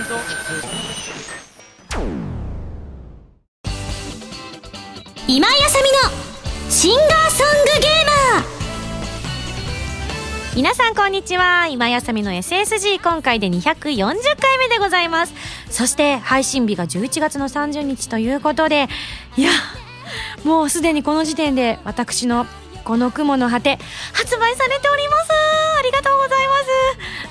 今井あさみのシンガーソングゲーマー。皆さんこんにちは。今井あさみの SSG、 今回で240回目でございます。そして配信日が11月の30日ということで、いやもうすでにこの時点で私のこの雲の果て発売されております。ありがとうございます。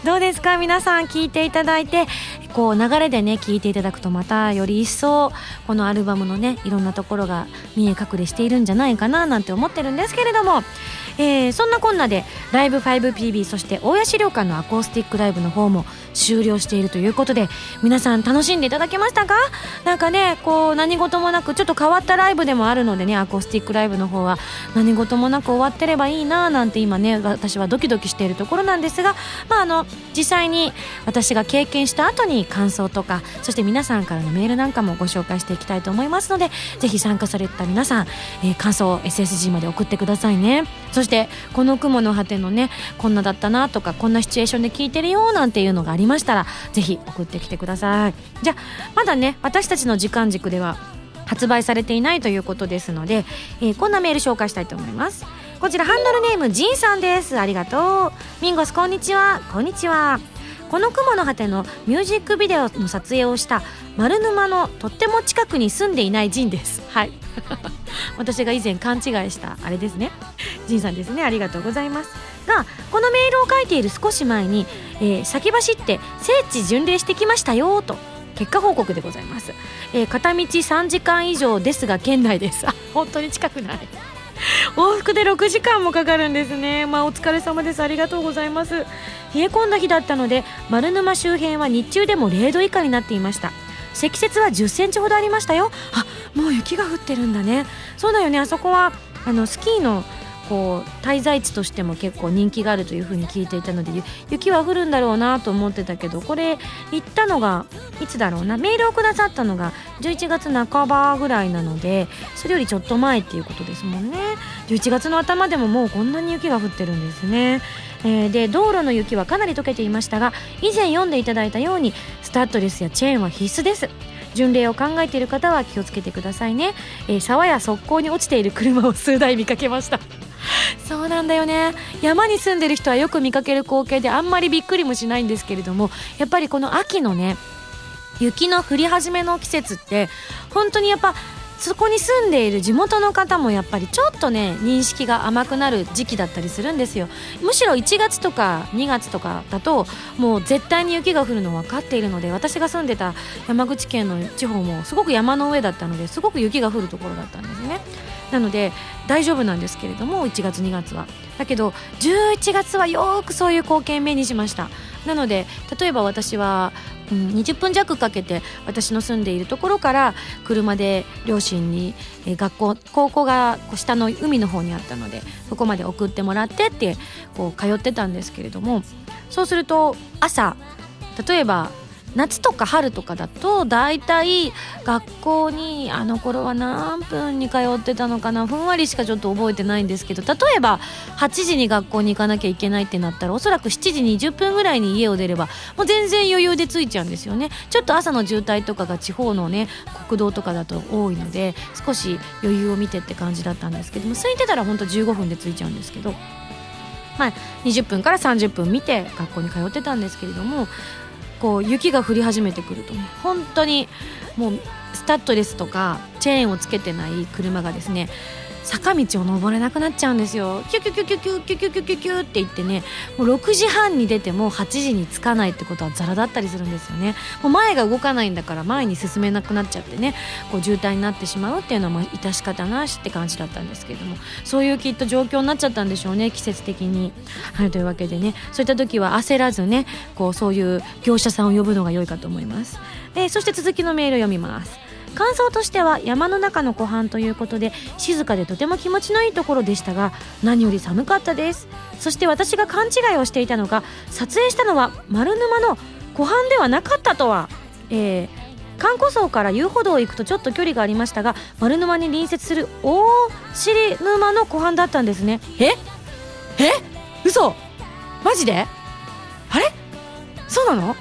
どうですか皆さん、聞いていただいて、こう流れでね聞いていただくとまたより一層このアルバムのねいろんなところが見え隠れしているんじゃないかななんて思ってるんですけれども、そんなこんなでライブ 5PB そして大谷資料館のアコースティックライブの方も終了しているということで、皆さん楽しんでいただけましたか？なんかねこう何事もなくちょっと変わったライブでもあるのでね、アコースティックライブの方は何事もなく終わってればいいななんて今ね私はドキドキしているところなんですが、実際に私が経験した後に感想とか、そして皆さんからのメールなんかもご紹介していきたいと思いますので、ぜひ参加された皆さん、感想を SSG まで送ってくださいね。そしてこの雲の果てのねこんなだったなとか、こんなシチュエーションで聞いてるよなんていうのがありましたらぜひ送ってきてください。じゃあまだね私たちの時間軸では発売されていないということですので、こんなメール紹介したいと思います。こちらハンドルネームジンさんです。ありがとう。ミンゴスこんにちは。こんにちは。この雲の果てのミュージックビデオの撮影をした丸沼のとっても近くに住んでいないジンです。はい私が以前勘違いしたあれですね。ジンさんですね。ありがとうございますが、このメールを書いている少し前に、先走って聖地巡礼してきましたよと結果報告でございます。片道3時間以上ですが県内です。本当に近くない。往復で6時間もかかるんですね。お疲れ様です。ありがとうございます。冷え込んだ日だったので丸沼周辺は日中でも0度以下になっていました。積雪は10センチほどありましたよ。もう雪が降ってるんだね。そうだよね。あそこはスキーのこう滞在地としても結構人気があるというふうに聞いていたので、雪は降るんだろうなと思ってたけど、これ行ったのがいつだろうな、メールをくださったのが11月半ばぐらいなので、それよりちょっと前っていうことですもんね。11月の頭でももうこんなに雪が降ってるんですね。で道路の雪はかなり溶けていましたが、以前読んでいただいたようにスタッドレスやチェーンは必須です。巡礼を考えている方は気をつけてくださいね。沢や側溝に落ちている車を数台見かけましたそうなんだよね。山に住んでる人はよく見かける光景であんまりびっくりもしないんですけれども、やっぱりこの秋のね雪の降り始めの季節って本当にやっぱそこに住んでいる地元の方もやっぱりちょっとね認識が甘くなる時期だったりするんですよ。むしろ1月とか2月とかだともう絶対に雪が降るの分かっているので、私が住んでた山口県の地方もすごく山の上だったのですごく雪が降るところだったんですね。なので大丈夫なんですけれども1月2月は。だけど11月はよくそういう光景目にしました。なので例えば私は20分弱かけて私の住んでいるところから車で両親に高校が下の海の方にあったのでそこまで送ってもらってってこう通ってたんですけれども、そうすると朝例えば夏とか春とかだとだいたい学校にあの頃は何分に通ってたのかな、ふんわりしかちょっと覚えてないんですけど、例えば8時に学校に行かなきゃいけないってなったらおそらく7時20分ぐらいに家を出ればもう全然余裕で着いちゃうんですよね。ちょっと朝の渋滞とかが地方のね国道とかだと多いので少し余裕を見てって感じだったんですけども、空いてたらほんと15分で着いちゃうんですけど、20分から30分見て学校に通ってたんですけれども、こう雪が降り始めてくるとね本当にもうスタッドレスとかチェーンをつけてない車がですね坂道を登れなくなっちゃうんですよ。キュキュキュキュキュキュキュキュキュキュって言ってね、もう6時半に出ても8時に着かないってことはザラだったりするんですよね。もう前が動かないんだから前に進めなくなっちゃってね、こう渋滞になってしまうっていうのは致し方なしって感じだったんですけれども、そういうきっと状況になっちゃったんでしょうね、季節的に。はい、というわけでね、そういった時は焦らずねこうそういう業者さんを呼ぶのが良いかと思います。そして続きのメールを読みます。感想としては山の中の湖畔ということで静かでとても気持ちのいいところでしたが、何より寒かったです。そして私が勘違いをしていたのが、撮影したのは丸沼の湖畔ではなかったとは。観光層から遊歩道を行くとちょっと距離がありましたが、丸沼に隣接する大尻沼の湖畔だったんですね。嘘マジで？あれそうなの？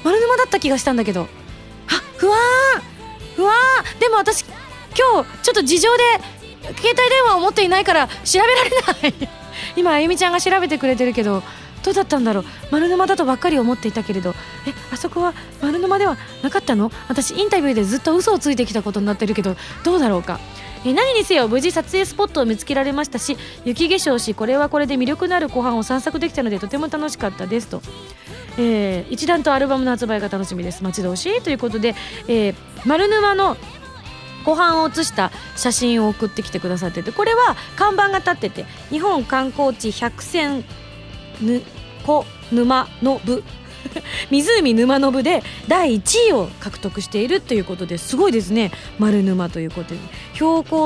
丸沼だった気がしたんだけど、不安。でも私今日ちょっと事情で携帯電話を持っていないから調べられない今あゆみちゃんが調べてくれてるけど、どうだったんだろう。丸沼だとばっかり思っていたけれど、あそこは丸沼ではなかったの？私インタビューでずっと嘘をついてきたことになってるけど、どうだろうか。何にせよ無事撮影スポットを見つけられましたし、雪化粧しこれはこれで魅力のある湖畔を散策できたのでとても楽しかったですと、一段とアルバムの発売が楽しみです、待ち遠しいということで、丸沼の湖畔を写した写真を送ってきてくださってて、これは看板が立ってて、日本観光地百選湖沼の部湖沼の部で第1位を獲得しているということで、すごいですね。丸沼ということで標高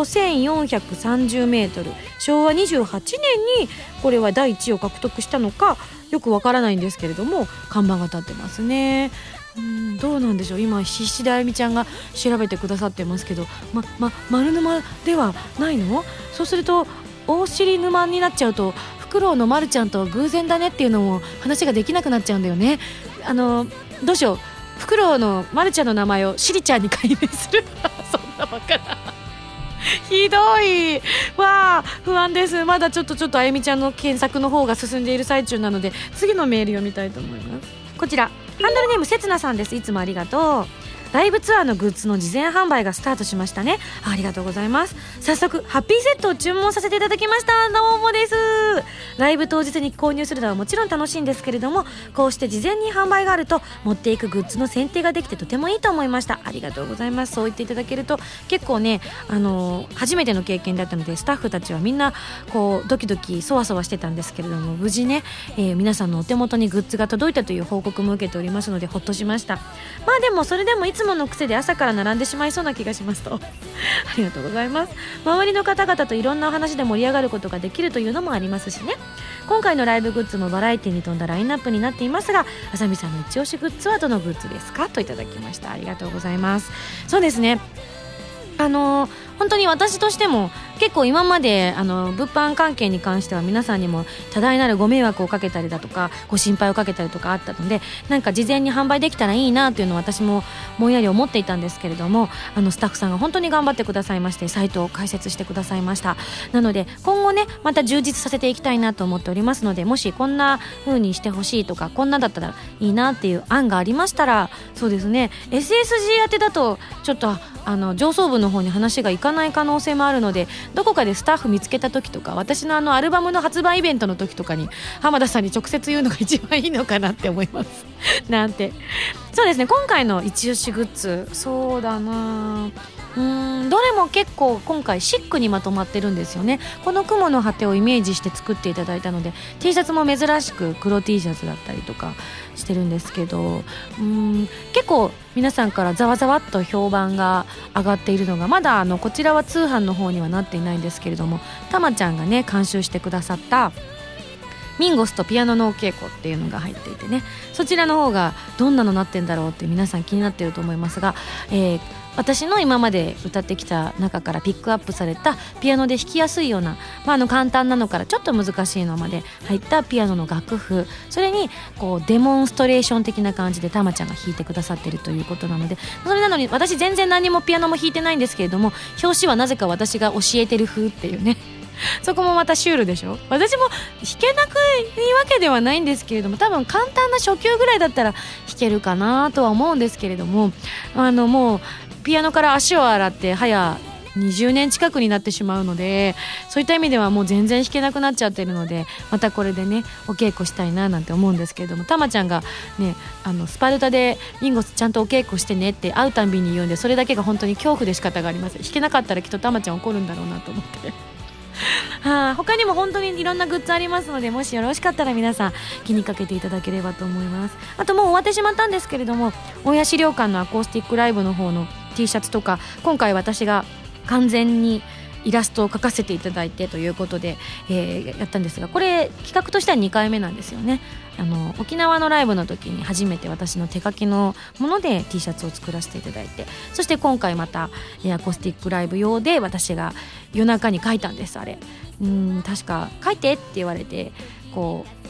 1430メートル、昭和28年にこれは第1位を獲得したのかよくわからないんですけれども、看板が立ってますね。どうなんでしょう。今必死であゆみちゃんが調べてくださってますけど、丸沼ではないの？そうすると大尻沼になっちゃうとフクロウのまるちゃんと偶然だねっていうのも話ができなくなっちゃうんだよね。どうしよう、フクロウのまるちゃんの名前をシリちゃんに改名するそんなバカなひどいわあ、不安です。まだちょっとあゆみちゃんの検索の方が進んでいる最中なので、次のメール読みたいと思います。こちらハンドルネームせつなさんです。いつもありがとう。ライブツアーのグッズの事前販売がスタートしましたね。ありがとうございます。早速ハッピーセットを注文させていただきました。どうもです。ライブ当日に購入するのはもちろん楽しいんですけれども、こうして事前に販売があると持っていくグッズの選定ができてとてもいいと思いました。ありがとうございます。そう言っていただけると結構ね、初めての経験だったので、スタッフたちはみんなこうドキドキそわそわしてたんですけれども、無事ね、皆さんのお手元にグッズが届いたという報告も受けておりますのでほっとしました。でもそれでもいつもの癖で朝から並んでしまいそうな気がしますとありがとうございます。周りの方々といろんなお話で盛り上がることができるというのもありますしね。今回のライブグッズもバラエティに富んだラインナップになっていますが、あさみさんの一押しグッズはどのグッズですかといただきました。ありがとうございます。そうですね、本当に私としても結構今まで物販関係に関しては皆さんにも多大なるご迷惑をかけたりだとかご心配をかけたりとかあったので、なんか事前に販売できたらいいなというのを私ももんやり思っていたんですけれども、スタッフさんが本当に頑張ってくださいまして、サイトを開設してくださいました。なので今後ねまた充実させていきたいなと思っておりますので、もしこんな風にしてほしいとかこんなだったらいいなっていう案がありましたら、そうですね SSG 宛てだとちょっと上層部の方に話がいかない可能性もあるので、どこかでスタッフ見つけた時とか、私のアルバムの発売イベントの時とかに浜田さんに直接言うのが一番いいのかなって思いますなんて。そうですね、今回の一押しグッズ、そうだな、どれも結構今回シックにまとまってるんですよね。この雲の果てをイメージして作っていただいたので、 T シャツも珍しく黒 T シャツだったりとかしてるんですけど、結構皆さんからざわざわっと評判が上がっているのが、まだこちらは通販の方にはなっていないんですけれども、たまちゃんがね監修してくださったミンゴスとピアノのお稽古っていうのが入っていてね、そちらの方がどんなのなってんだろうって皆さん気になってると思いますが、私の今まで歌ってきた中からピックアップされたピアノで弾きやすいような、簡単なのからちょっと難しいのまで入ったピアノの楽譜、それにこうデモンストレーション的な感じでたまちゃんが弾いてくださってるということなので、それなのに私全然何もピアノも弾いてないんですけれども、表紙はなぜか私が教えてる風っていうねそこもまたシュールでしょ。私も弾けなくいわけではないんですけれども、多分簡単な初級ぐらいだったら弾けるかなとは思うんですけれども、もうピアノから足を洗って早20年近くになってしまうので、そういった意味ではもう全然弾けなくなっちゃってるので、またこれでねお稽古したいななんて思うんですけれども、たまちゃんがねスパルタでミンゴスちゃんとお稽古してねって会うたんびに言うんで、それだけが本当に恐怖で仕方がありません。弾けなかったらきっとたまちゃん怒るんだろうなと思って他にも本当にいろんなグッズありますので、もしよろしかったら皆さん気にかけていただければと思います。あともう終わってしまったんですけれども、大谷資料館のアコースティックライブの方の T シャツとか、今回私が完全にイラストを描かせていただいてということで、やったんですが、これ企画としては2回目なんですよね。沖縄のライブの時に初めて私の手書きのもので T シャツを作らせていただいて、そして今回またアコースティックライブ用で私が夜中に書いたんです。あれ確か書いてって言われてこう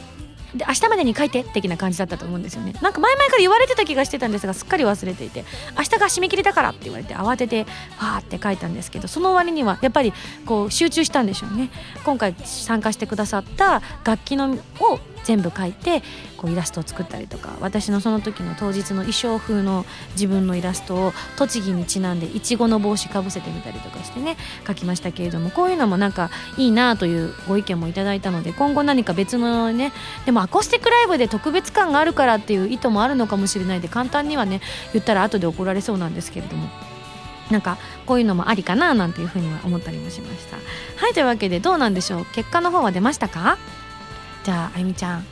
で明日までに書いて的な感じだったと思うんですよね。なんか前々から言われてた気がしてたんですが、すっかり忘れていて、明日が締め切りだからって言われて慌ててファーって書いたんですけど、その割にはやっぱりこう集中したんでしょうね。今回参加してくださった楽器のを全部書いてこうイラストを作ったりとか、私のその時の当日の衣装風の自分のイラストを栃木にちなんでイチゴの帽子かぶせてみたりとかしてね書きましたけれども、こういうのもなんかいいなというご意見もいただいたので、今後何か別のね、でもアコースティックライブで特別感があるからっていう意図もあるのかもしれないで、簡単にはね言ったら後で怒られそうなんですけれども、なんかこういうのもありかななんていうふうには思ったりもしました。はい、というわけでどうなんでしょう、結果の方は出ましたか？じゃああゆみちゃん、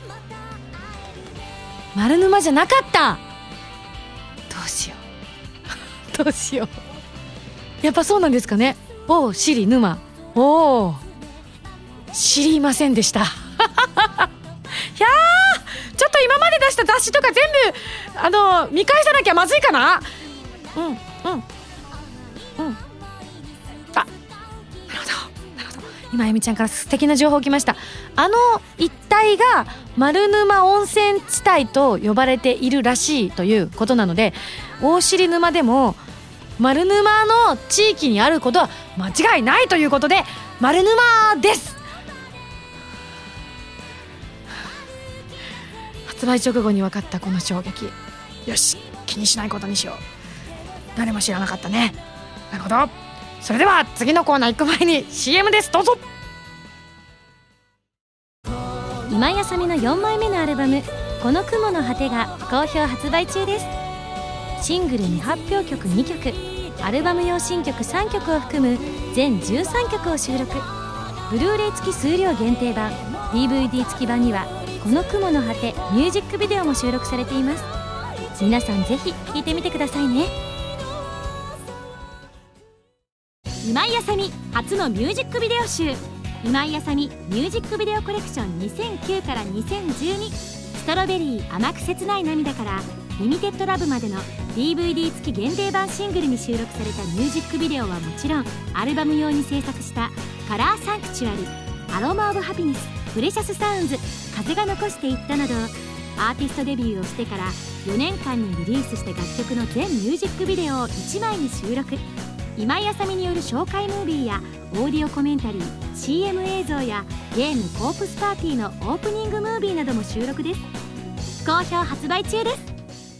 丸沼じゃなかった。どうしようどうしよう、やっぱそうなんですかね。おシリ沼、お知りませんでしたいやちょっと今まで出した雑誌とか全部見返さなきゃまずいかな。あ、なるほど、今あゆみちゃんから素敵な情報来ました。一帯が丸沼温泉地帯と呼ばれているらしいということなので、大尻沼でも丸沼の地域にあることは間違いないということで丸沼です。発売直後に分かったこの衝撃、よし気にしないことにしよう。誰も知らなかったね。なるほど。それでは次のコーナー行く前に CM です。どうぞ。 今井あさみの4枚目のアルバム「この雲の果て」が好評発売中です。シングル未発表曲2曲、アルバム用新曲3曲を含む全13曲を収録。ブルーレイ付き数量限定版、 DVD 付き版には「この雲の果て」ミュージックビデオも収録されています。皆さんぜひ聴いてみてくださいね。今井あさみ初のミュージックビデオ集、今井あさみミュージックビデオコレクション2009から2012、ストロベリー甘く切ない涙からリミテッドラブまでの DVD 付き限定版シングルに収録されたミュージックビデオはもちろん、アルバム用に制作したカラーサンクチュアリ、アロマオブハピネス、プレシャスサウンズ、風が残していったなど、アーティストデビューをしてから4年間にリリースした楽曲の全ミュージックビデオを1枚に収録。今井あさみによる紹介ムービーやオーディオコメンタリー、 CM 映像やゲームコープスパーティーのオープニングムービーなども収録です。好評発売中です。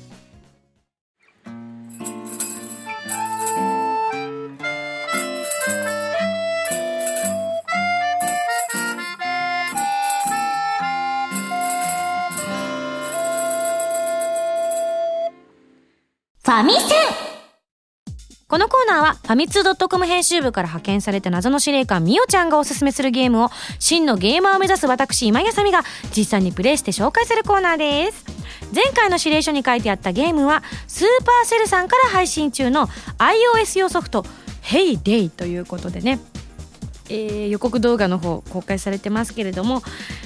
ファミセン。このコーナーはファミツー .com 編集部から派遣された謎の司令官みおちゃんがおすすめするゲームを真のゲーマーを目指す私今井あさみが実際にプレイして紹介するコーナーです。前回の指令書に書いてあったゲームはスーパーセルさんから配信中の iOS 用ソフト Heyday ということでね、予告動画の方公開されてますけれども、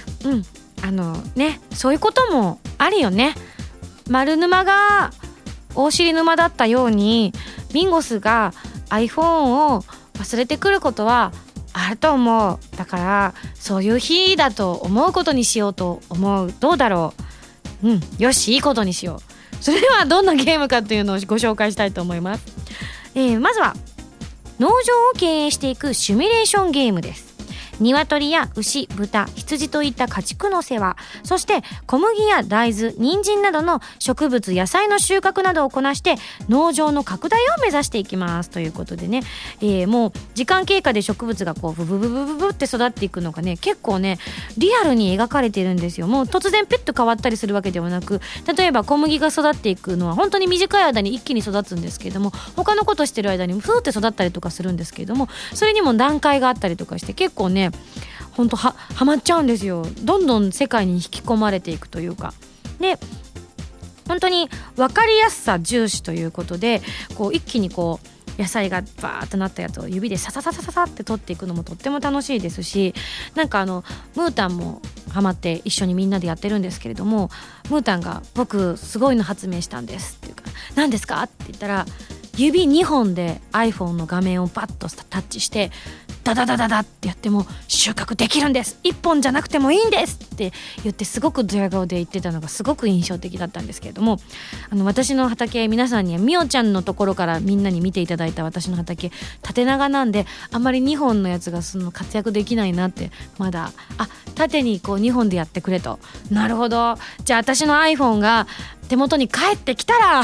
そういうこともあるよね。丸沼が大尻沼だったようにミンゴスが iPhone を忘れてくることはあると思う。だからそういう日だと思うことにしようと思う。どうだろう。よし、いいことにしよう。それではどんなゲームかというのをご紹介したいと思います。まずは農場を経営していくシミュレーションゲームです。鶏や牛、豚、羊といった家畜の世話、そして小麦や大豆、人参などの植物、野菜の収穫などをこなして農場の拡大を目指していきますということでね、もう時間経過で植物がこうブブブブブブって育っていくのがね、結構ねリアルに描かれているんですよ。もう突然ピュッと変わったりするわけではなく、例えば小麦が育っていくのは本当に短い間に一気に育つんですけれども、他のことしてる間にふーって育ったりとかするんですけれども、それにも段階があったりとかして結構ね本当はまっちゃうんですよ。どんどん世界に引き込まれていくというかで、本当に分かりやすさ重視ということで、こう一気にこう野菜がバーッとなったやつを指でササササササって取っていくのもとっても楽しいですし、なんかムータンもハマって一緒にみんなでやってるんですけれども、ムータンが僕すごいの発明したんですっていうか、何ですかって言ったら指2本で iPhone の画面をパッとタッチしてダダダダダってやっても収穫できるんです、1本じゃなくてもいいんですって言って、すごくドヤ顔で言ってたのがすごく印象的だったんですけれども、私の畑、皆さんにはみおちゃんのところからみんなに見ていただいた私の畑縦長なんで、あんまり2本のやつがその活躍できないなって、まだ縦にこう2本でやってくれと。なるほど、じゃあ私の iPhone が手元に帰ってきたら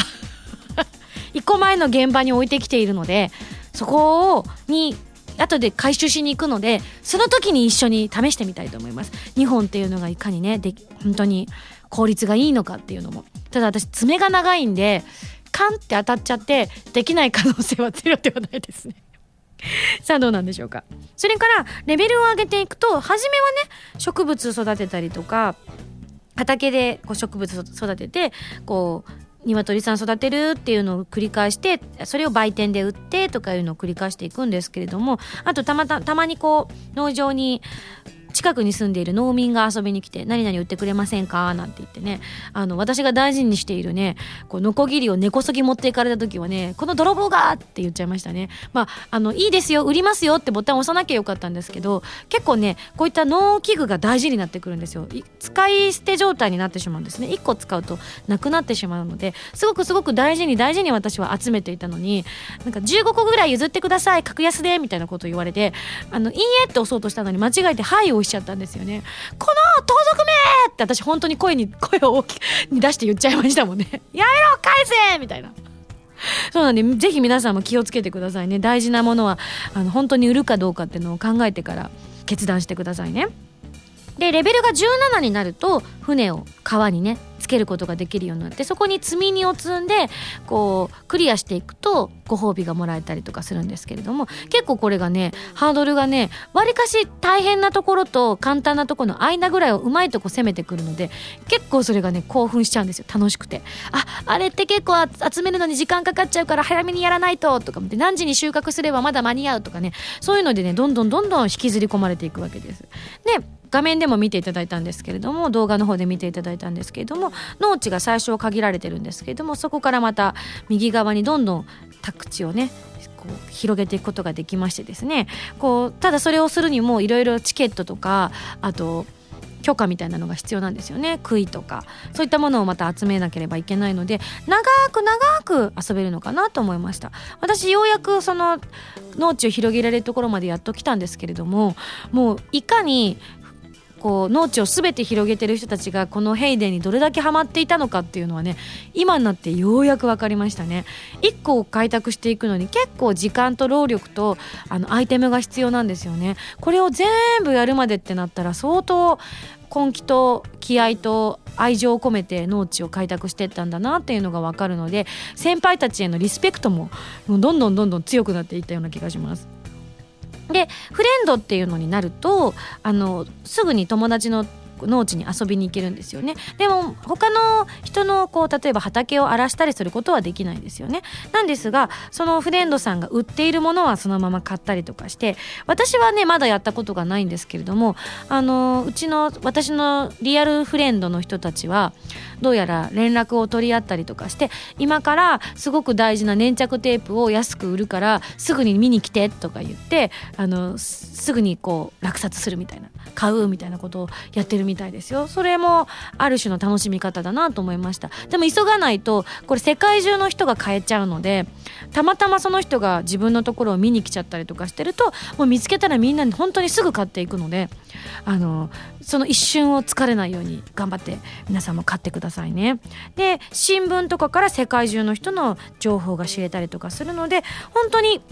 1個前の現場に置いてきているので、そこに後で回収しに行くので、その時に一緒に試してみたいと思います。2本っていうのがいかにね本当に効率がいいのかっていうのも。ただ私爪が長いんでカンって当たっちゃってできない可能性はゼロではないですねさあどうなんでしょうか。それからレベルを上げていくと、初めはね植物育てたりとか、畑でこう植物育ててこう鶏さん育てるっていうのを繰り返して、それを売店で売ってとかいうのを繰り返していくんですけれども、あとたまにこう農場に近くに住んでいる農民が遊びに来て、何々売ってくれませんかなんて言ってね、私が大事にしているねこうノコギリを根こそぎ持っていかれた時はね、この泥棒がって言っちゃいましたね。いいですよ売りますよってボタンを押さなきゃよかったんですけど、結構ねこういった農機具が大事になってくるんですよ。使い捨て状態になってしまうんですね。1個使うとなくなってしまうので、すごく大事に私は集めていたのに、なんか15個ぐらい譲ってください格安でみたいなことを言われて、いいえって押そうとしたのに間違えてはいを押しちゃったんですよね。この盗賊めって私本当に声を大きくに出して言っちゃいましたもんねやめろ返せみたいな。そうなんで、ぜひ皆さんも気をつけてくださいね。大事なものは本当に売るかどうかっていうのを考えてから決断してくださいね。でレベルが17になると船を川にねつけることができるようになって、そこに積み荷を積んでこうクリアしていくとご褒美がもらえたりとかするんですけれども、結構これがねハードルがねわりかし大変なところと簡単なところの間ぐらいをうまいとこ攻めてくるので、結構それがね興奮しちゃうんですよ。楽しくて、あれって結構集めるのに時間かかっちゃうから早めにやらないととか思って、何時に収穫すればまだ間に合うとかね、そういうのでねどんどん引きずり込まれていくわけです。で画面でも見ていただいたんですけれども、動画の方で見ていただいたんですけれども、農地が最初は限られてるんですけれども、そこからまた右側にどんどん宅地をねこう広げていくことができましてですね、ただそれをするにもいろいろチケットとか、あと許可みたいなのが必要なんですよね。杭とかそういったものをまた集めなければいけないので、長く遊べるのかなと思いました。私ようやくその農地を広げられるところまでやっと来たんですけれども、もういかに農地を全て広げてる人たちがこのヘイデンにどれだけハマっていたのかっていうのはね、今になってようやく分かりましたね。1個を開拓していくのに結構時間と労力とアイテムが必要なんですよね。これを全部やるまでってなったら相当根気と気合と愛情を込めて農地を開拓していったんだなっていうのが分かるので、先輩たちへのリスペクトもどんどん強くなっていったような気がします。でフレンドっていうのになるとすぐに友達の農地に遊びに行けるんですよね。でも他の人の例えば畑を荒らしたりすることはできないんですよね。なんですがそのフレンドさんが売っているものはそのまま買ったりとかして、私はねまだやったことがないんですけれども、私のリアルフレンドの人たちはどうやら連絡を取り合ったりとかして、今からすごく大事な粘着テープを安く売るからすぐに見に来てとか言ってすぐに落札するみたいな、買うみたいなことをやってるみたいですよ。それもある種の楽しみ方だなと思いました。でも急がないとこれ世界中の人が買えちゃうので、たまたまその人が自分のところを見に来ちゃったりとかしてると、もう見つけたらみんな本当にすぐ買っていくので、その一瞬を疲れないように頑張って皆さんも買ってくださいね。で新聞とかから世界中の人の情報が知れたりとかするので、本当に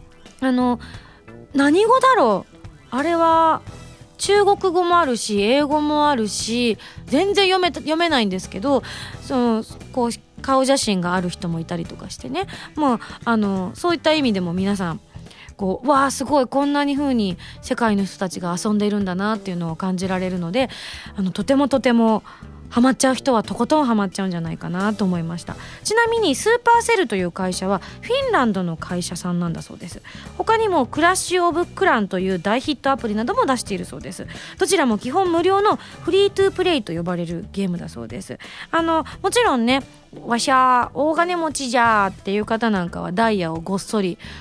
何語だろう、あれは中国語もあるし英語もあるし、全然読めないんですけど、顔写真がある人もいたりとかしてね、そういった意味でも皆さんわあすごいこんなに風に世界の人たちが遊んでいるんだなっていうのを感じられるので、とてもハマっちゃう人はとことんハマっちゃうんじゃないかなと思いました。ちなみにスーパーセルという会社はフィンランドの会社さんなんだそうです。他にもクラッシュオブクランという大ヒットアプリなども出しているそうです。どちらも基本無料のフリートゥープレイと呼ばれるゲームだそうです。もちろんね、わしゃ大金持ちじゃーっていう方なんかはダイヤをごっそり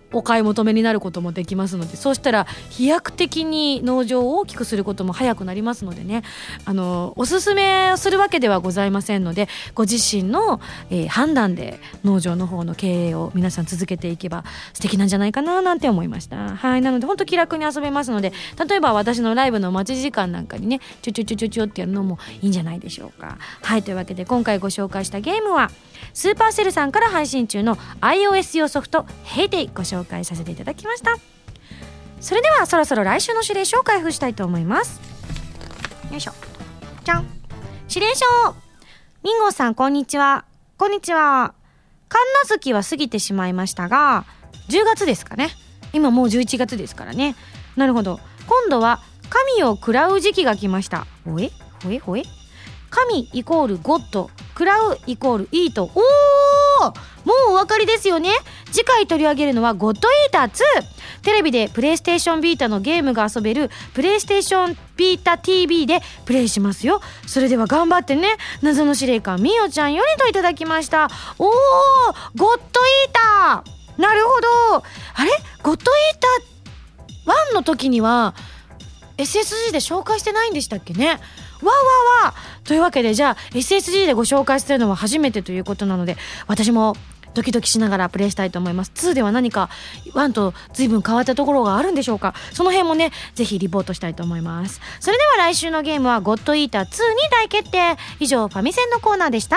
お買い求めになることもできますので、そうしたら飛躍的に農場を大きくすることも早くなりますのでね、おすすめをするわけではございませんので、ご自身の、判断で農場の方の経営を皆さん続けていけば素敵なんじゃないかななんて思いました。はい、なので本当気楽に遊べますので、例えば私のライブの待ち時間なんかにねちょってやるのもいいんじゃないでしょうか。はい、というわけで今回ご紹介したゲームはスーパーセルさんから配信中の iOS 用ソフトヘイテイご紹介させていただきました。それではそろそろ来週の指令書を開封したいと思います。よいしょ、じゃん。指令書、ミンゴさんこんにちは。こんにちは。神無月は過ぎてしまいましたが10月ですかね。今もう11月ですからね。なるほど、今度は神を喰らう時期が来ました。ほえ神イコールゴッド、喰らうイコールイート。おー、もうお分かりですよね。次回取り上げるのはゴッドイーター2。テレビでプレイステーションビータのゲームが遊べるプレイステーションビータ TV でプレイしますよ。それでは頑張ってね。謎の司令官みおちゃんよりといただきました。おー、ゴッドイーター、なるほど。あれ、ゴッドイーター1の時には SSG で紹介してないんでしたっけね。わというわけで、じゃあ SSG でご紹介するのは初めてということなので、私もドキドキしながらプレイしたいと思います。2では何か1と随分変わったところがあるんでしょうか。その辺もねぜひリポートしたいと思います。それでは来週のゲームはゴッドイーター2に大決定。以上ファミセンのコーナーでした。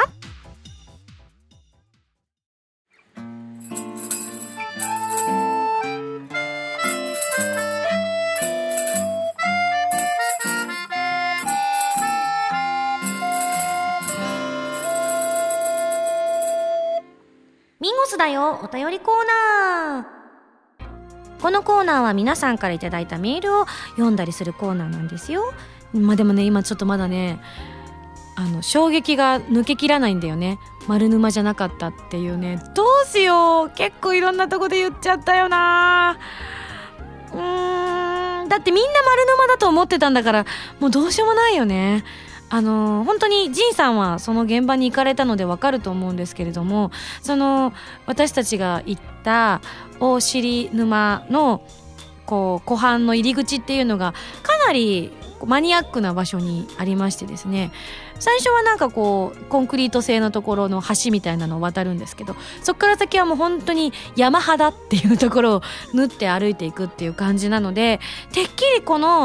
ミンゴスだよお便りコーナー。このコーナーは皆さんからいただいたメールを読んだりするコーナーなんですよ。でもね今ちょっとまだね衝撃が抜けきらないんだよね。丸沼じゃなかったっていうね。どうしよう、結構いろんなとこで言っちゃったよな。だってみんな丸沼だと思ってたんだから、もうどうしようもないよね。本当にジンさんはその現場に行かれたのでわかると思うんですけれども、私たちが行った大尻沼の湖畔の入り口っていうのがかなりマニアックな場所にありましてですね、最初はなんかコンクリート製のところの橋みたいなのを渡るんですけど、そこから先はもう本当に山肌っていうところを縫って歩いていくっていう感じなので、てっきり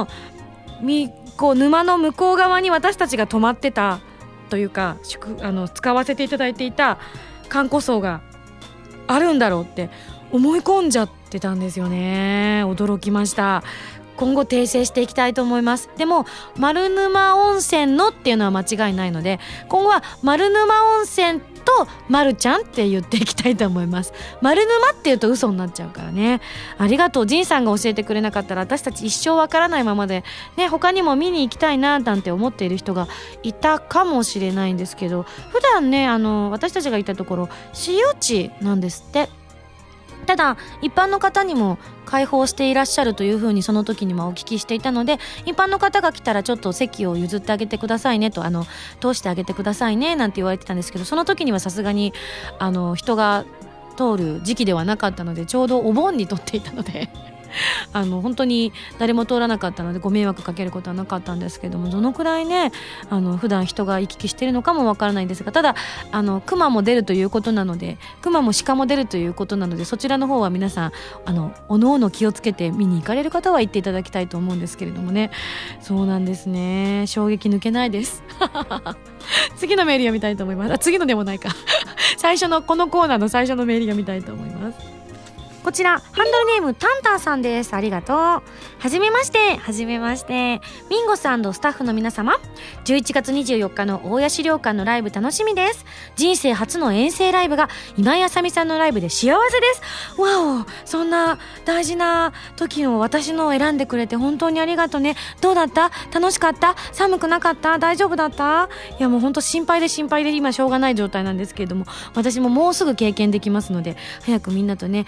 沼の向こう側に私たちが泊まってたというか使わせていただいていた観光層があるんだろうって思い込んじゃってたんですよね。驚きました。今後訂正していきたいと思います。でも丸沼温泉のっていうのは間違いないので、今後は丸沼温泉と丸ちゃんって言っていきたいと思います。丸沼って言うと嘘になっちゃうからね。ありがとう。ジンさんが教えてくれなかったら私たち一生わからないままでね、他にも見に行きたいななんて思っている人がいたかもしれないんですけど、普段ね私たちがいたところ私有地なんですって。ただ一般の方にも開放していらっしゃるというふうにその時にもお聞きしていたので、一般の方が来たらちょっと席を譲ってあげてくださいねと通してあげてくださいねなんて言われてたんですけど、その時にはさすがに人が通る時期ではなかったので、ちょうどお盆に撮っていたので本当に誰も通らなかったのでご迷惑かけることはなかったんですけども、どのくらいね普段人が行き来しているのかもわからないんですが、ただ熊も出るということなので、熊も鹿も出るということなので、そちらの方は皆さんおのおの気をつけて見に行かれる方は行っていただきたいと思うんですけれどもね。そうなんですね。衝撃抜けないです次のメール読みたいと思います。次のでもないかこのコーナーの最初のメール読みたいと思います。こちらハンドルネームタンタンさんです。ありがとう。はじめまして。ミンゴさんとスタッフの皆様、11月24日の大谷資料館のライブ楽しみです。人生初の遠征ライブが今井あさみさんのライブで幸せです。わお、そんな大事な時を私のを選んでくれて本当にありがとうね。どうだった？楽しかった？寒くなかった？大丈夫だった？いやもう本当心配で今しょうがない状態なんですけれども、私ももうすぐ経験できますので、早くみんなとね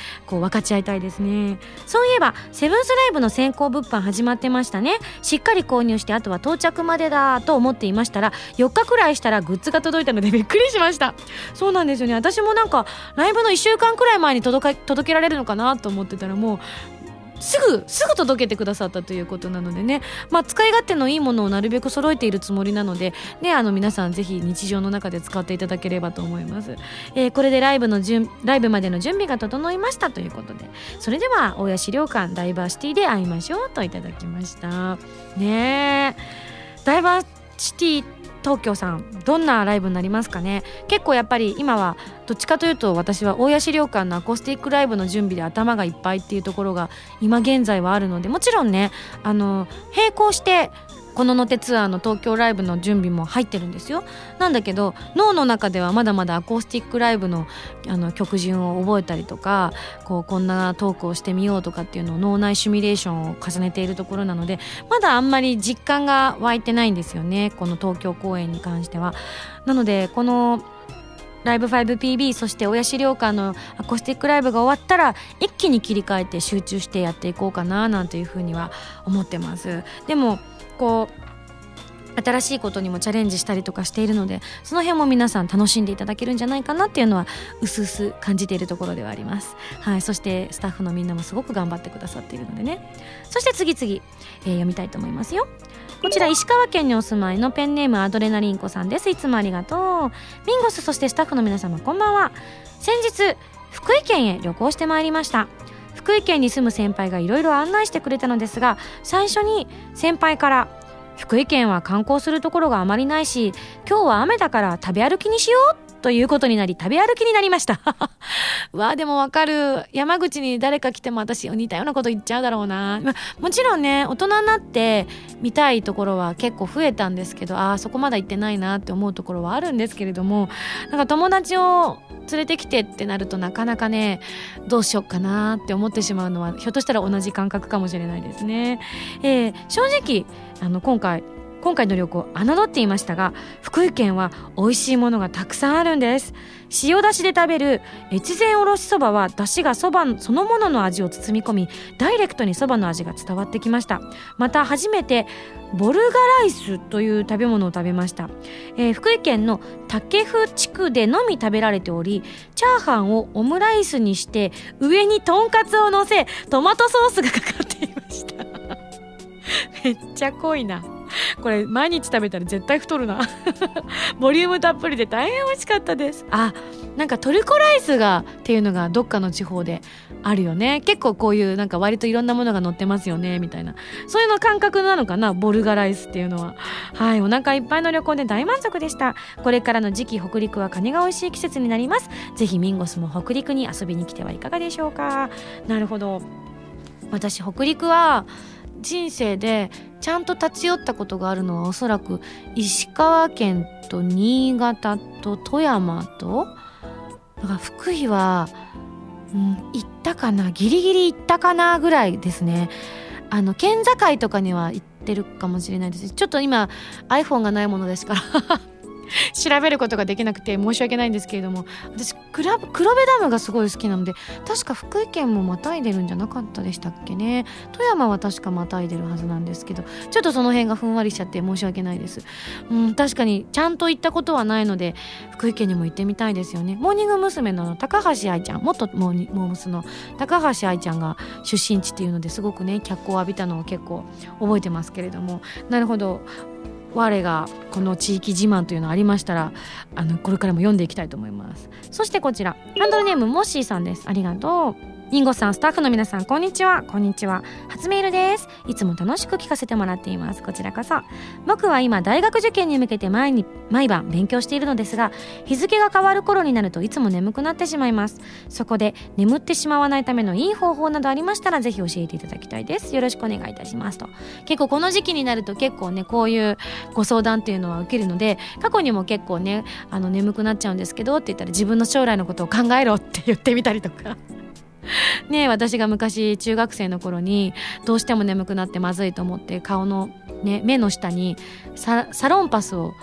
分かち合いたいですね。そういえばセブンスライブの先行物販始まってましたね。しっかり購入してあとは到着までだと思っていましたら、4日くらいしたらグッズが届いたのでびっくりしました。そうなんですよね。私もなんかライブの1週間くらい前に届けられるのかなと思ってたら、もうすぐ届けてくださったということなのでね、使い勝手のいいものをなるべく揃えているつもりなのでね、皆さんぜひ日常の中で使っていただければと思います。これでライブまでの準備が整いましたということで、それでは大谷資料館ダイバーシティで会いましょうといただきましたね。ダイバーシティ東京さん、どんなライブになりますかね。結構やっぱり今はどっちかというと、私は大谷資料館のアコースティックライブの準備で頭がいっぱいっていうところが今現在はあるので、もちろんね並行してこののてツアーの東京ライブの準備も入ってるんですよ。なんだけど脳の中ではまだまだアコースティックライブの曲順を覚えたりとか、こんなトークをしてみようとかっていうのを脳内シミュレーションを重ねているところなので、まだあんまり実感が湧いてないんですよね、この東京公演に関しては。なのでこのライブ 5PB そして親資料館のアコースティックライブが終わったら一気に切り替えて集中してやっていこうかななんていうふうには思ってます。でも新しいことにもチャレンジしたりとかしているので、その辺も皆さん楽しんでいただけるんじゃないかなっていうのは薄々感じているところではあります。はい、そしてスタッフのみんなもすごく頑張ってくださっているのでね。そして次々、読みたいと思いますよ。こちら石川県にお住まいのペンネームアドレナリンコさんです。いつもありがとう。ミンゴスそしてスタッフの皆様こんばんは。先日福井県へ旅行してまいりました。福井県に住む先輩がいろいろ案内してくれたのですが、最初に先輩から福井県は観光するところがあまりないし、今日は雨だから食べ歩きにしようということになり、食べ歩きになりましたでもわかる。山口に誰か来ても私似たようなこと言っちゃうだろうな。もちろんね、大人になって見たいところは結構増えたんですけど、そこまだ行ってないなって思うところはあるんですけれども、なんか友達を連れてきてってなるとなかなかね、どうしようかなって思ってしまうのはひょっとしたら同じ感覚かもしれないですね。正直今回の旅行侮っていましたが、福井県は美味しいものがたくさんあるんです。塩だしで食べる越前おろしそばはだしがそばそのものの味を包み込み、ダイレクトにそばの味が伝わってきました。また初めてボルガライスという食べ物を食べました。福井県の武生地区でのみ食べられており、チャーハンをオムライスにして上にとんかつを乗せトマトソースがかかっていましためっちゃ濃いなこれ。毎日食べたら絶対太るなボリュームたっぷりで大変美味しかったです。なんかトルコライスがっていうのがどっかの地方であるよね。結構こういうなんか割といろんなものが乗ってますよねみたいな、そういうの感覚なのかな、ボルガライスっていうのは。はい、お腹いっぱいの旅行で大満足でした。これからの時期北陸はカニが美味しい季節になります。ぜひミンゴスも北陸に遊びに来てはいかがでしょうか。なるほど。私北陸は人生でちゃんと立ち寄ったことがあるのはおそらく石川県と新潟と富山と、だから福井は、行ったかな、ギリギリ行ったかなぐらいですね。県境とかには行ってるかもしれないです。ちょっと今 iPhone がないものですから調べることができなくて申し訳ないんですけれども、私黒部ダムがすごい好きなので、確か福井県もまたいでるんじゃなかったでしたっけね。富山は確かまたいでるはずなんですけど、ちょっとその辺がふんわりしちゃって申し訳ないです。確かにちゃんと行ったことはないので福井県にも行ってみたいですよね。モーニング娘。の高橋愛ちゃん、元モー娘の高橋愛ちゃんが出身地っていうのですごくね脚光を浴びたのを結構覚えてますけれども、なるほど。我がこの地域自慢というのありましたらこれからも読んでいきたいと思います。そしてこちらハンドルネームモッシーさんです。ありがとう。ミンゴさん、スタッフの皆さん、こんにちは。こんにちは。初メールです。いつも楽しく聞かせてもらっています。こちらこそ。僕は今大学受験に向けて毎晩勉強しているのですが、日付が変わる頃になるといつも眠くなってしまいます。そこで眠ってしまわないためのいい方法などありましたらぜひ教えていただきたいです。よろしくお願いいたしますと。結構この時期になると結構ねこういうご相談っていうのは受けるので、過去にも結構ね眠くなっちゃうんですけどって言ったら自分の将来のことを考えろって言ってみたりとかね、私が昔中学生の頃にどうしても眠くなってまずいと思って顔の、ね、目の下にサロンパスを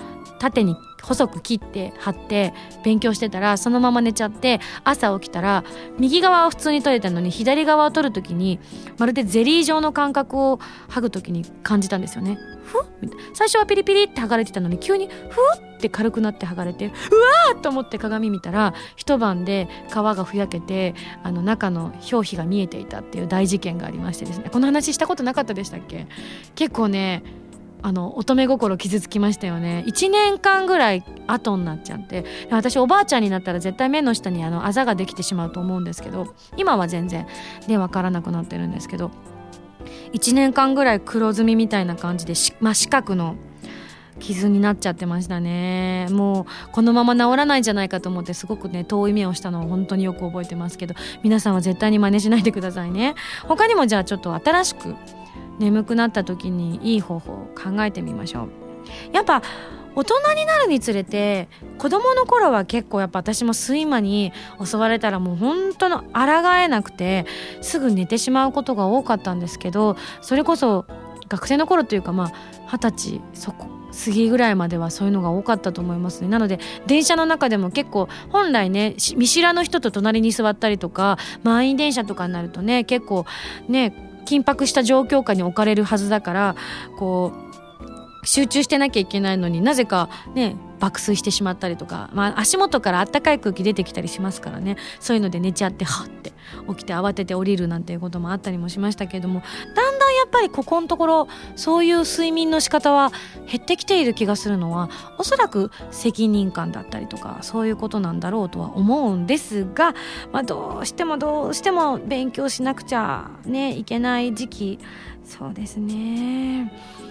縦に細く切って貼って勉強してたら、そのまま寝ちゃって、朝起きたら右側は普通に取れたのに左側を取るときにまるでゼリー状の感覚を剥ぐときに感じたんですよね。ふっみたいな。最初はピリピリって剥がれてたのに急にふって軽くなって剥がれて、うわーと思って鏡見たら一晩で皮がふやけて中の表皮が見えていたっていう大事件がありましてですね。この話したことなかったでしたっけ？結構ね乙女心傷つきましたよね。1年間ぐらい後になっちゃって、私おばあちゃんになったら絶対目の下にあざができてしまうと思うんですけど、今は全然ね分からなくなってるんですけど、1年間ぐらい黒ずみみたいな感じで真四角の傷になっちゃってましたね。もうこのまま治らないんじゃないかと思ってすごくね遠い目をしたのを本当によく覚えてますけど、皆さんは絶対に真似しないでくださいね。他にもじゃあちょっと新しく眠くなった時にいい方法を考えてみましょう。やっぱ大人になるにつれて、子供の頃は結構やっぱ私も睡魔に襲われたらもう本当の抗えなくてすぐ寝てしまうことが多かったんですけど、それこそ学生の頃というか20歳過ぎぐらいまではそういうのが多かったと思いますね。なので電車の中でも結構本来ね見知らぬ人と隣に座ったりとか、満員電車とかになるとね結構ね緊迫した状況下に置かれるはずだから、こう集中してなきゃいけないのになぜかね爆睡してしまったりとか、足元からあったかい空気出てきたりしますからね、そういうので寝ちゃってはって起きて慌てて降りるなんていうこともあったりもしましたけども、だんだんやっぱりここのところそういう睡眠の仕方は減ってきている気がするのは、おそらく責任感だったりとかそういうことなんだろうとは思うんですが、どうしても勉強しなくちゃねいけない時期、そうですね。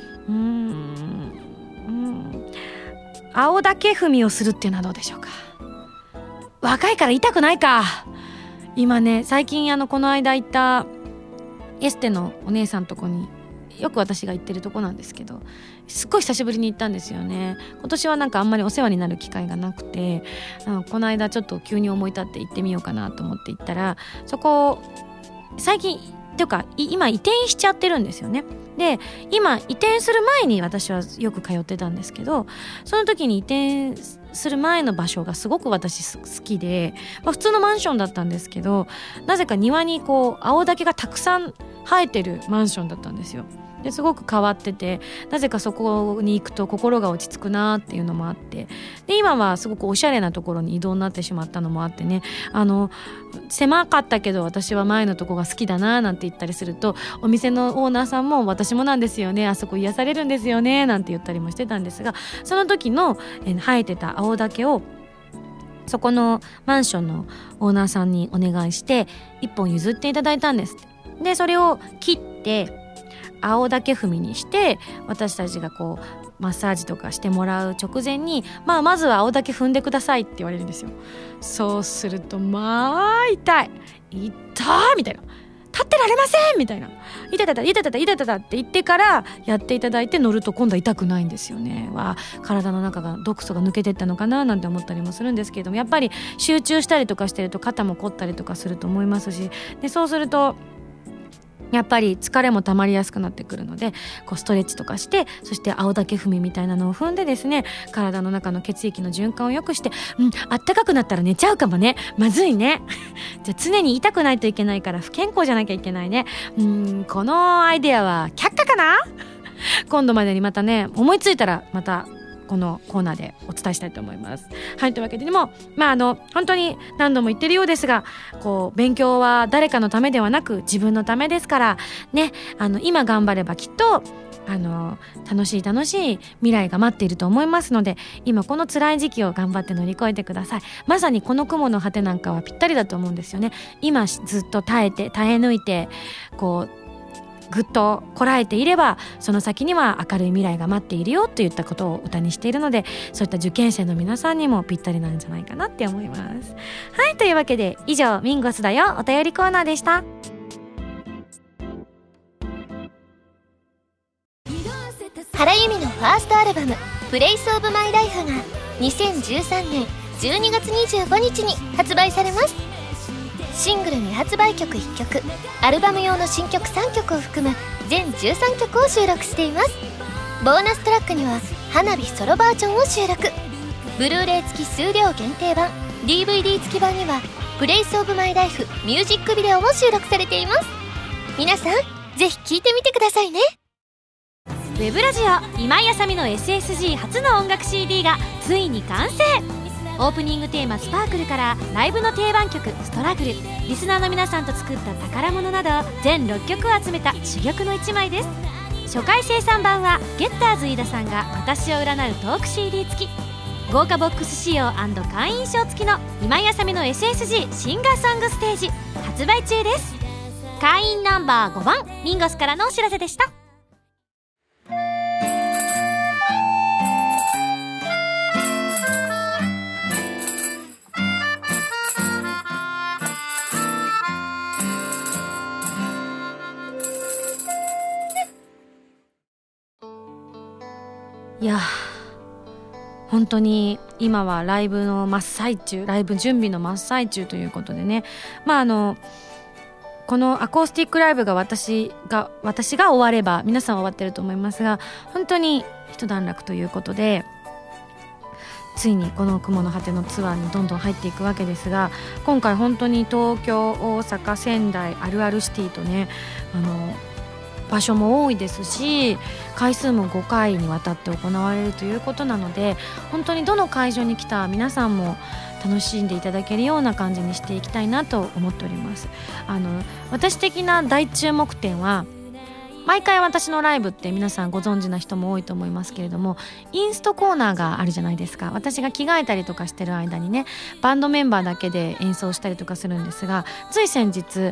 青竹踏みをするっていうのはどうでしょうか。若いから痛くないか。今ね最近この間行ったエステのお姉さんとこによく私が行ってるとこなんですけど、すっごい久しぶりに行ったんですよね。今年はなんかあんまりお世話になる機会がなくて、この間ちょっと急に思い立って行ってみようかなと思って行ったら、そこ最近というか今移転しちゃってるんですよね。で今移転する前に私はよく通ってたんですけど、その時に移転する前の場所がすごく私好きで、普通のマンションだったんですけど、なぜか庭にこう青竹がたくさん生えてるマンションだったんですよ。ですごく変わってて、なぜかそこに行くと心が落ち着くなっていうのもあって、で今はすごくおしゃれなところに移動になってしまったのもあってね、狭かったけど私は前のとこが好きだななんて言ったりすると、お店のオーナーさんも私もなんですよね、あそこ癒されるんですよねなんて言ったりもしてたんですが、その時の生えてた青竹をそこのマンションのオーナーさんにお願いして1本譲っていただいたんです。でそれを切って青竹踏みにして、私たちがこうマッサージとかしてもらう直前に、まずは青竹踏んでくださいって言われるんですよ。そうすると痛いみたいな、立ってられませんみたいな、痛たって言ってからやっていただいて乗ると今度は痛くないんですよね。体の中が毒素が抜けてったのかななんて思ったりもするんですけれども、やっぱり集中したりとかしてると肩も凝ったりとかすると思いますし、でそうするとやっぱり疲れも溜まりやすくなってくるので、こうストレッチとかして、そして青竹踏みみたいなのを踏んでですね、体の中の血液の循環を良くして、あったかくなったら寝ちゃうかもね、まずいねじゃあ常に痛くないといけないから不健康じゃなきゃいけないね。このアイデアは却下かな今度までにまたね思いついたらまたこのコーナーでお伝えしたいと思います。はい、というわけでも本当に何度も言ってるようですが、こう勉強は誰かのためではなく自分のためですからね、今頑張ればきっと楽しい未来が待っていると思いますので、今この辛い時期を頑張って乗り越えてください。まさにこの雲の果てなんかはぴったりだと思うんですよね。今ずっと耐え抜いてこうぐっとこらえていれば、その先には明るい未来が待っているよといったことを歌にしているので、そういった受験生の皆さんにもぴったりなんじゃないかなって思います。はい、というわけで以上ミンゴスだよお便りコーナーでした。 原由美のファーストアルバムプレイスオブマイライフが2013年12月25日に発売されます。シングル未発売曲1曲、アルバム用の新曲3曲を含む全13曲を収録しています。ボーナストラックには花火ソロバージョンを収録。ブルーレイ付き数量限定版、 DVD 付き版にはプレイスオブマイライフミュージックビデオも収録されています。皆さんぜひ聴いてみてくださいね。 ウェブラジオ今井あさみの SSG 初の音楽 CD がついに完成。オープニングテーマスパークルからライブの定番曲ストラグル、リスナーの皆さんと作った宝物など全6曲を集めた珠玉の1枚です。初回生産版はゲッターズ飯田さんが私を占うトーク CD 付き、豪華ボックス仕様&会員証付きの今井あさみの SSG シンガーソングステージ発売中です。会員ナンバー5番ミンゴスからのお知らせでした。 いや本当に今はライブの真っ最中、ライブ準備の真っ最中ということでね、このアコースティックライブが私が終われば皆さん終わってると思いますが、本当に一段落ということで、ついにこの雲の果てのツアーにどんどん入っていくわけですが、今回本当に東京、大阪、仙台、あるあるシティとね、場所も多いですし、回数も5回にわたって行われるということなので、本当にどの会場に来た皆さんも楽しんでいただけるような感じにしていきたいなと思っております。私的な大注目点は、毎回私のライブって皆さんご存知な人も多いと思いますけれども、インストコーナーがあるじゃないですか。私が着替えたりとかしてる間にね、バンドメンバーだけで演奏したりとかするんですが、つい先日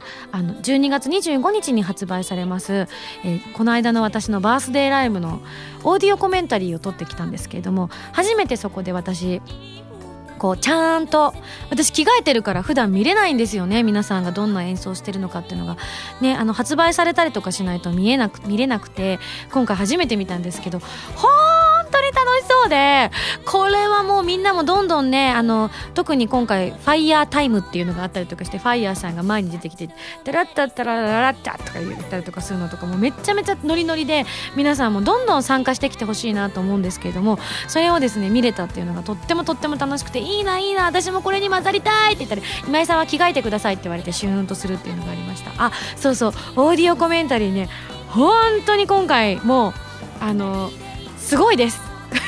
12月25日に発売されます、この間の私のバースデーライブのオーディオコメンタリーを撮ってきたんですけれども、初めてそこで私ちゃんと、私着替えてるから普段見れないんですよね、皆さんがどんな演奏してるのかっていうのがね、発売されたりとかしないと見れなくて、今回初めて見たんですけど、本当に楽しそうで、これはもうみんなもどんどんね、特に今回ファイヤータイムっていうのがあったりとかして、ファイヤーさんが前に出てきてタラッタッタラララッタとか言ったりとかするのとかもめちゃめちゃノリノリで、皆さんもどんどん参加してきてほしいなと思うんですけれども、それをですね見れたっていうのがとっても楽しくて、いいな私もこれに混ざりたいって言ったら、今井さんは着替えてくださいって言われてシューンとするっていうのがありました。あ、そうそう、オーディオコメンタリーね、本当に今回もうすごいです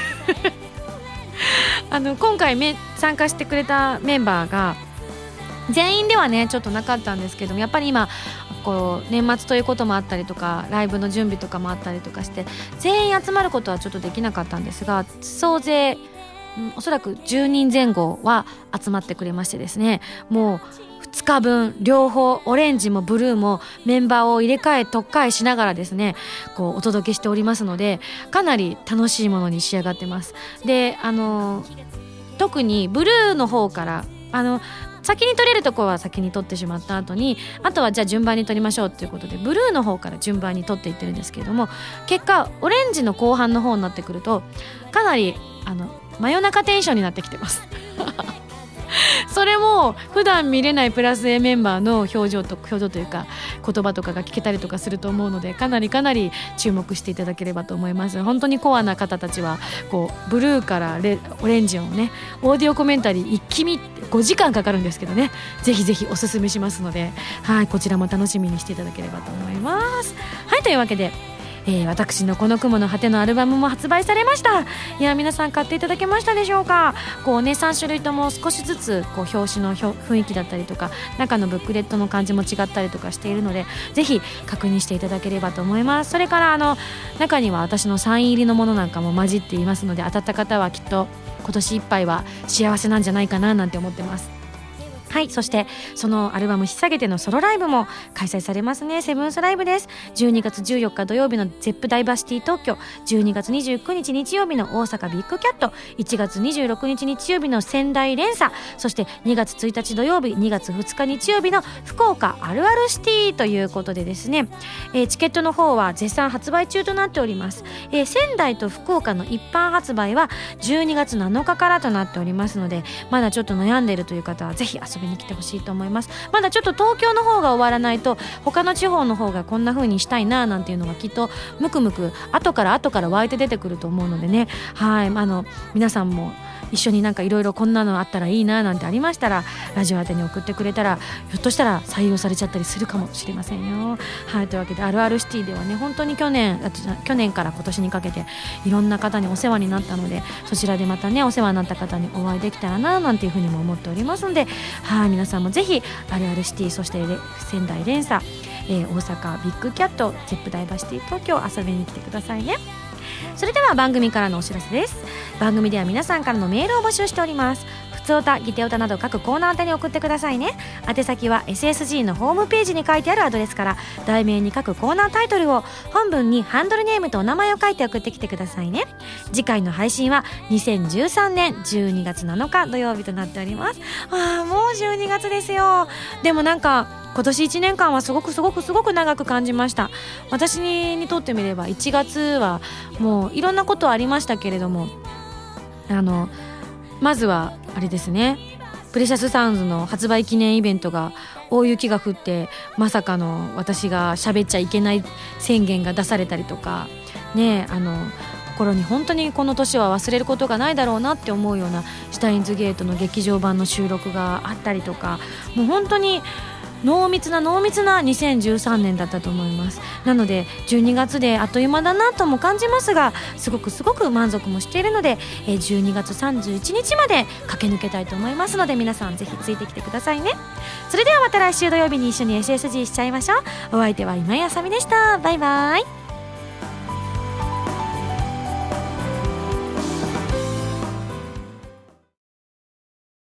今回参加してくれたメンバーが全員ではねちょっとなかったんですけども、やっぱり今年末ということもあったりとか、ライブの準備とかもあったりとかして全員集まることはちょっとできなかったんですが、総勢おそらく10人前後は集まってくれましてですね、もう2日分両方オレンジもブルーもメンバーを入れ替え特替えしながらですねお届けしておりますので、かなり楽しいものに仕上がってます。で特にブルーの方から先に撮れるところは先に撮ってしまった後に、あとはじゃあ順番に撮りましょうということでブルーの方から順番に撮っていってるんですけれども、結果オレンジの後半の方になってくるとかなり真夜中テンションになってきてますそれも普段見れないプラス A メンバーの表情というか言葉とかが聞けたりとかすると思うので、かなり注目していただければと思います。本当にコアな方たちはブルーからオレンジをね、オーディオコメンタリー一気見って5時間かかるんですけどね、ぜひぜひおすすめしますので、はい、こちらも楽しみにしていただければと思います。はい、というわけで私のこの雲の果てのアルバムも発売されました。いや、皆さん買っていただけましたでしょうか。3種類とも少しずつ表紙の雰囲気だったりとか中のブックレットの感じも違ったりとかしているので、ぜひ確認していただければと思います。それから中には私のサイン入りのものなんかも混じっていますので、当たった方はきっと今年いっぱいは幸せなんじゃないかななんて思ってます。はい、そしてそのアルバム引っ提げてのソロライブも開催されますね。セブンスライブです。12月14日土曜日のゼップダイバーシティ東京、12月29日日曜日の大阪ビッグキャット、1月26日日曜日の仙台連鎖、そして2月1日土曜日、2月2日日曜日の福岡あるあるシティということでですね、チケットの方は絶賛発売中となっております。仙台と福岡の一般発売は12月7日からとなっておりますので、まだちょっと悩んでいるという方はぜひ遊びびに来てほしいと思います。まだちょっと東京の方が終わらないと他の地方の方がこんな風にしたいななんていうのがきっとムクムク後から湧いて出てくると思うのでね、はい、皆さんも一緒になんかいろいろこんなのあったらいいななんてありましたらラジオ宛てに送ってくれたらひょっとしたら採用されちゃったりするかもしれませんよ。はい、というわけであるあるシティではね本当に去年から今年にかけていろんな方にお世話になったので、そちらでまたねお世話になった方にお会いできたらななんていうふうにも思っておりますので、はい、皆さんもぜひあるあるシティ、そして仙台連鎖、大阪ビッグキャット、ゼップダイバーシティ東京遊びに来てくださいね。それでは番組からのお知らせです。番組では皆さんからのメールを募集しております。ふつおた、ぎておたなど各コーナー宛てに送ってくださいね。宛先は SSG のホームページに書いてあるアドレスから、題名に各コーナータイトルを、本文にハンドルネームとお名前を書いて送ってきてくださいね。次回の配信は2013年12月7日土曜日となっております。もう12月ですよ。でもなんか今年1年間はすごく長く感じました。私にとってみれば1月はもういろんなことありましたけれども、まずはあれですね、プレシャスサウンズの発売記念イベントが大雪が降ってまさかの私が喋っちゃいけない宣言が出されたりとかね、心に本当にこの年は忘れることがないだろうなって思うようなシュタインズゲートの劇場版の収録があったりとか、もう本当に濃密な2013年だったと思います。なので12月であっという間だなとも感じますが、すごく満足もしているので、12月31日まで駆け抜けたいと思いますので、皆さんぜひついてきてくださいね。それではまた来週土曜日に一緒に SSG しちゃいましょう。お相手は今井あさみでした。バイバイ。